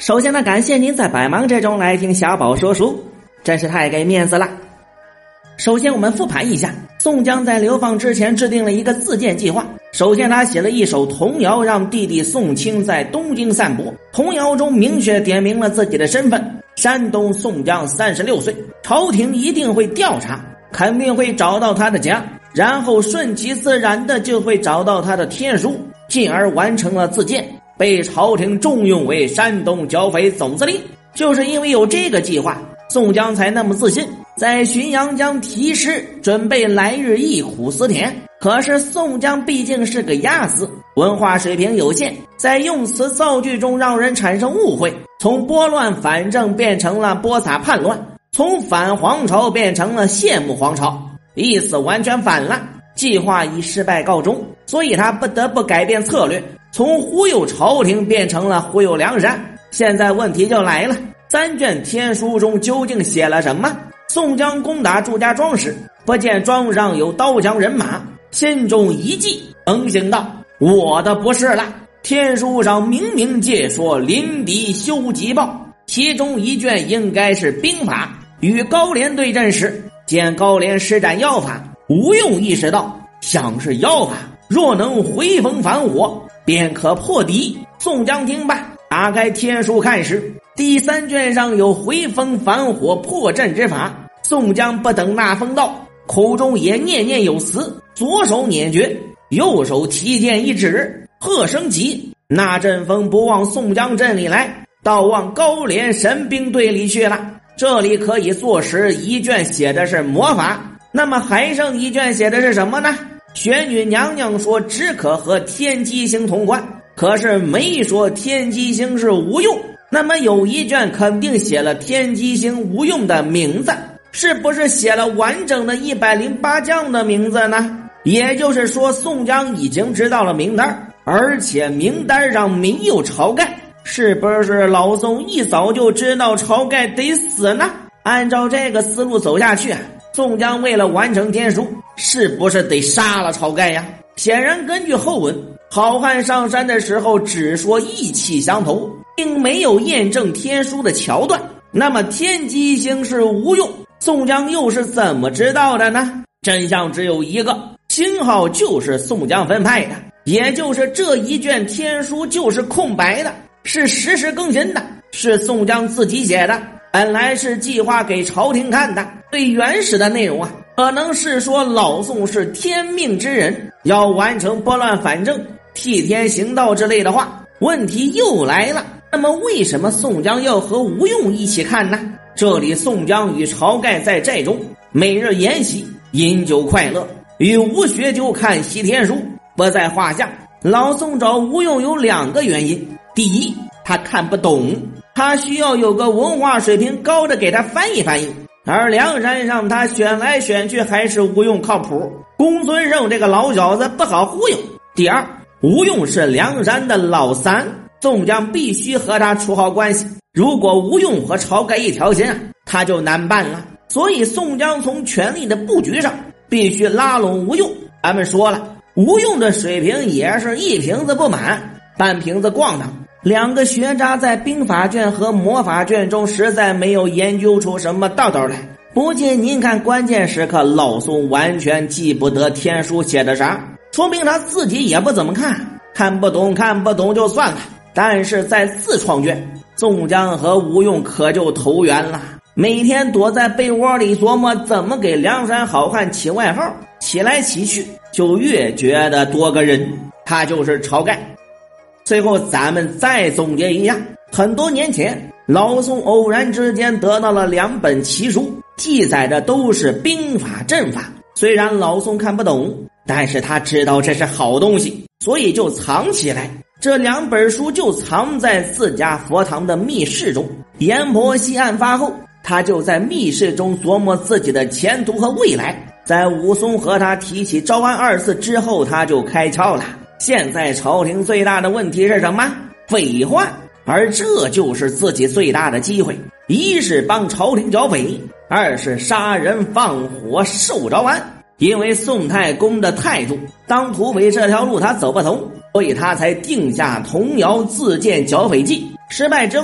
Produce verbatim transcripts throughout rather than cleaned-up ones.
首先呢，感谢您在百忙之中来听小宝说书，真是太给面子了。首先我们复盘一下，宋江在流放之前制定了一个自荐计划。首先他写了一首童谣，让弟弟宋清在东京散播。童谣中明确点明了自己的身份，山东宋江三十六岁，朝廷一定会调查，肯定会找到他的家，然后顺其自然的就会找到他的天书，进而完成了自荐，被朝廷重用为山东剿匪总司令。就是因为有这个计划，宋江才那么自信，在浔阳江题诗，准备来日忆苦思甜。可是宋江毕竟是个鸭子，文化水平有限，在用词造句中让人产生误会，从拨乱反正变成了播撒叛乱，从反皇朝变成了羡慕皇朝，意思完全反了。计划以失败告终，所以他不得不改变策略，从忽悠朝廷变成了忽悠梁山。现在问题就来了，三卷天书中究竟写了什么？宋江攻打祝家庄时，不见庄上有刀枪人马，心中一计，横行道：我的不是了。天书上明明借说临敌修急报，其中一卷应该是兵法。与高廉对阵时，见高廉施展妖法，吴用意识到像是妖法，若能回风反火，便可破敌。宋江听罢，打开天书看时，第三卷上有回风反火破阵之法。宋江不等那风到，口中也念念有词，左手捻诀，右手提剑一指，喝声急，那阵风不往宋江阵里来，倒往高廉神兵队里去了。这里可以坐实一卷写的是魔法，那么还剩一卷写的是什么呢？玄女娘娘说只可和天机星同冠，可是没说天机星是吴用，那么有一卷肯定写了天机星吴用的名字，是不是写了完整的一百零八将的名字呢？也就是说宋江已经知道了名单，而且名单上没有晁盖，是不是老宋一早就知道晁盖得死呢？按照这个思路走下去啊，宋江为了完成天书，是不是得杀了晁盖呀？显然根据后文，好汉上山的时候只说意气相投，并没有验证天书的桥段，那么天机星是吴用，宋江又是怎么知道的呢？真相只有一个，星号就是宋江分派的，也就是这一卷天书就是空白的，是实时更新的，是宋江自己写的，本来是计划给朝廷看的。最原始的内容啊，可能是说老宋是天命之人，要完成拨乱反正、替天行道之类的话。问题又来了，那么为什么宋江要和吴用一起看呢？这里宋江与晁盖在寨中每日研习，饮酒快乐，与吴学究看西天书不在话下。老宋找吴用有两个原因，第一，他看不懂，他需要有个文化水平高的给他翻译翻译，而梁山上他选来选去还是吴用靠谱，公孙胜这个老小子不好忽悠。第二，吴用是梁山的老三，宋江必须和他处好关系，如果吴用和晁盖一条心啊，他就难办了。所以宋江从权力的布局上必须拉拢吴用。咱们说了，吴用的水平也是一瓶子不满，半瓶子咣当。两个学渣在兵法卷和魔法卷中实在没有研究出什么道道来。不信您看关键时刻老宋完全记不得天书写的啥，说明他自己也不怎么看，看不懂看不懂就算了。但是在自创卷，宋江和吴用可就投缘了，每天躲在被窝里琢磨怎么给梁山好汉起外号，起来起去就越觉得多个人，他就是晁盖。最后咱们再总结一下，很多年前老宋偶然之间得到了两本奇书，记载的都是兵法阵法，虽然老宋看不懂，但是他知道这是好东西，所以就藏起来。这两本书就藏在自家佛堂的密室中。阎婆惜案发后，他就在密室中琢磨自己的前途和未来。在武松和他提起招安二字之后，他就开窍了。现在朝廷最大的问题是什么？匪患。而这就是自己最大的机会，一是帮朝廷剿匪，二是杀人放火受招安。因为宋太公的态度，当土匪这条路他走不通，所以他才定下童谣自荐剿匪计。失败之后，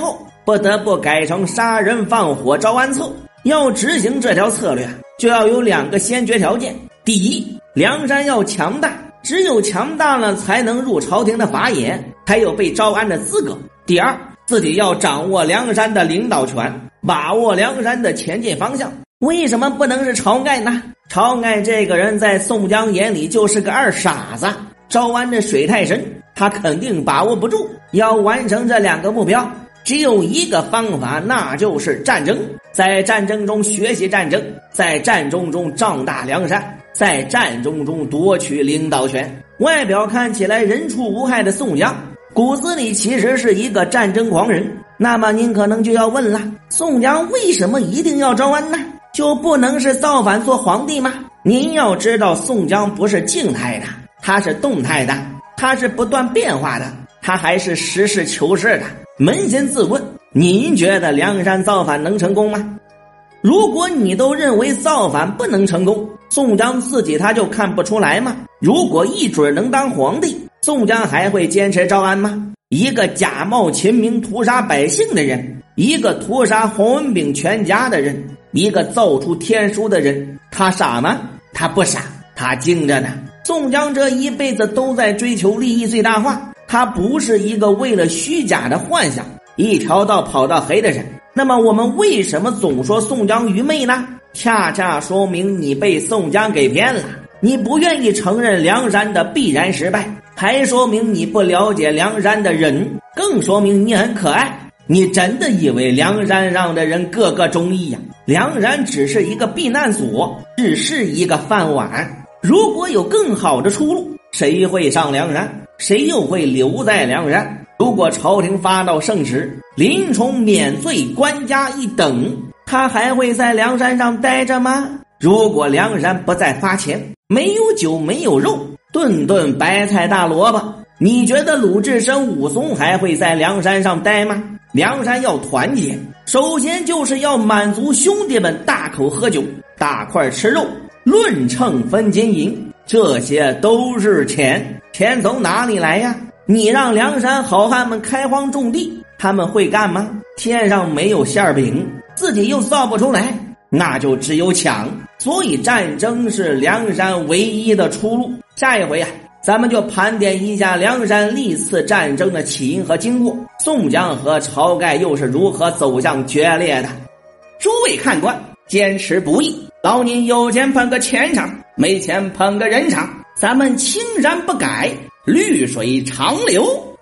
不得不改成杀人放火招安策。要执行这条策略，就要有两个先决条件。第一，梁山要强大，只有强大了才能入朝廷的法眼，才有被招安的资格。第二，自己要掌握梁山的领导权，把握梁山的前进方向。为什么不能是晁盖呢？晁盖这个人在宋江眼里就是个二傻子，招安这水太深，他肯定把握不住。要完成这两个目标，只有一个方法，那就是战争。在战争中学习战争，在战争中壮大梁山，在战争中夺取领导权。外表看起来人畜无害的宋江，骨子里其实是一个战争狂人。那么您可能就要问了，宋江为什么一定要招安呢？就不能是造反做皇帝吗？您要知道，宋江不是静态的，他是动态的，他是不断变化的，他还是实事求是的。扪心自问，您觉得梁山造反能成功吗？如果你都认为造反不能成功，宋江自己他就看不出来吗？如果一准能当皇帝，宋江还会坚持招安吗？一个假冒秦明屠杀百姓的人，一个屠杀洪文炳全家的人，一个奏出天书的人，他傻吗？他不傻，他精着呢。宋江这一辈子都在追求利益最大化，他不是一个为了虚假的幻想一条道跑到黑的人。那么我们为什么总说宋江愚昧呢？恰恰说明你被宋江给骗了，你不愿意承认梁山的必然失败，还说明你不了解梁山的人，更说明你很可爱。你真的以为梁山上的人个个忠义呀？梁山只是一个避难所，只是一个饭碗。如果有更好的出路，谁会上梁山？谁又会留在梁山？如果朝廷发到圣旨，林冲免罪官加一等，他还会在梁山上待着吗？如果梁山不再发钱，没有酒没有肉，顿顿白菜大萝卜，你觉得鲁智深武松还会在梁山上待吗？梁山要团结，首先就是要满足兄弟们大口喝酒，大块吃肉，论秤分金银，这些都是钱。钱从哪里来呀？你让梁山好汉们开荒种地，他们会干吗？天上没有馅饼，自己又造不出来，那就只有抢。所以战争是梁山唯一的出路。下一回啊，咱们就盘点一下梁山历次战争的起因和经过，宋江和晁盖又是如何走向决裂的。诸位看官，坚持不易，老您有钱捧个钱场，没钱捧个人场，咱们青山不改，绿水长流。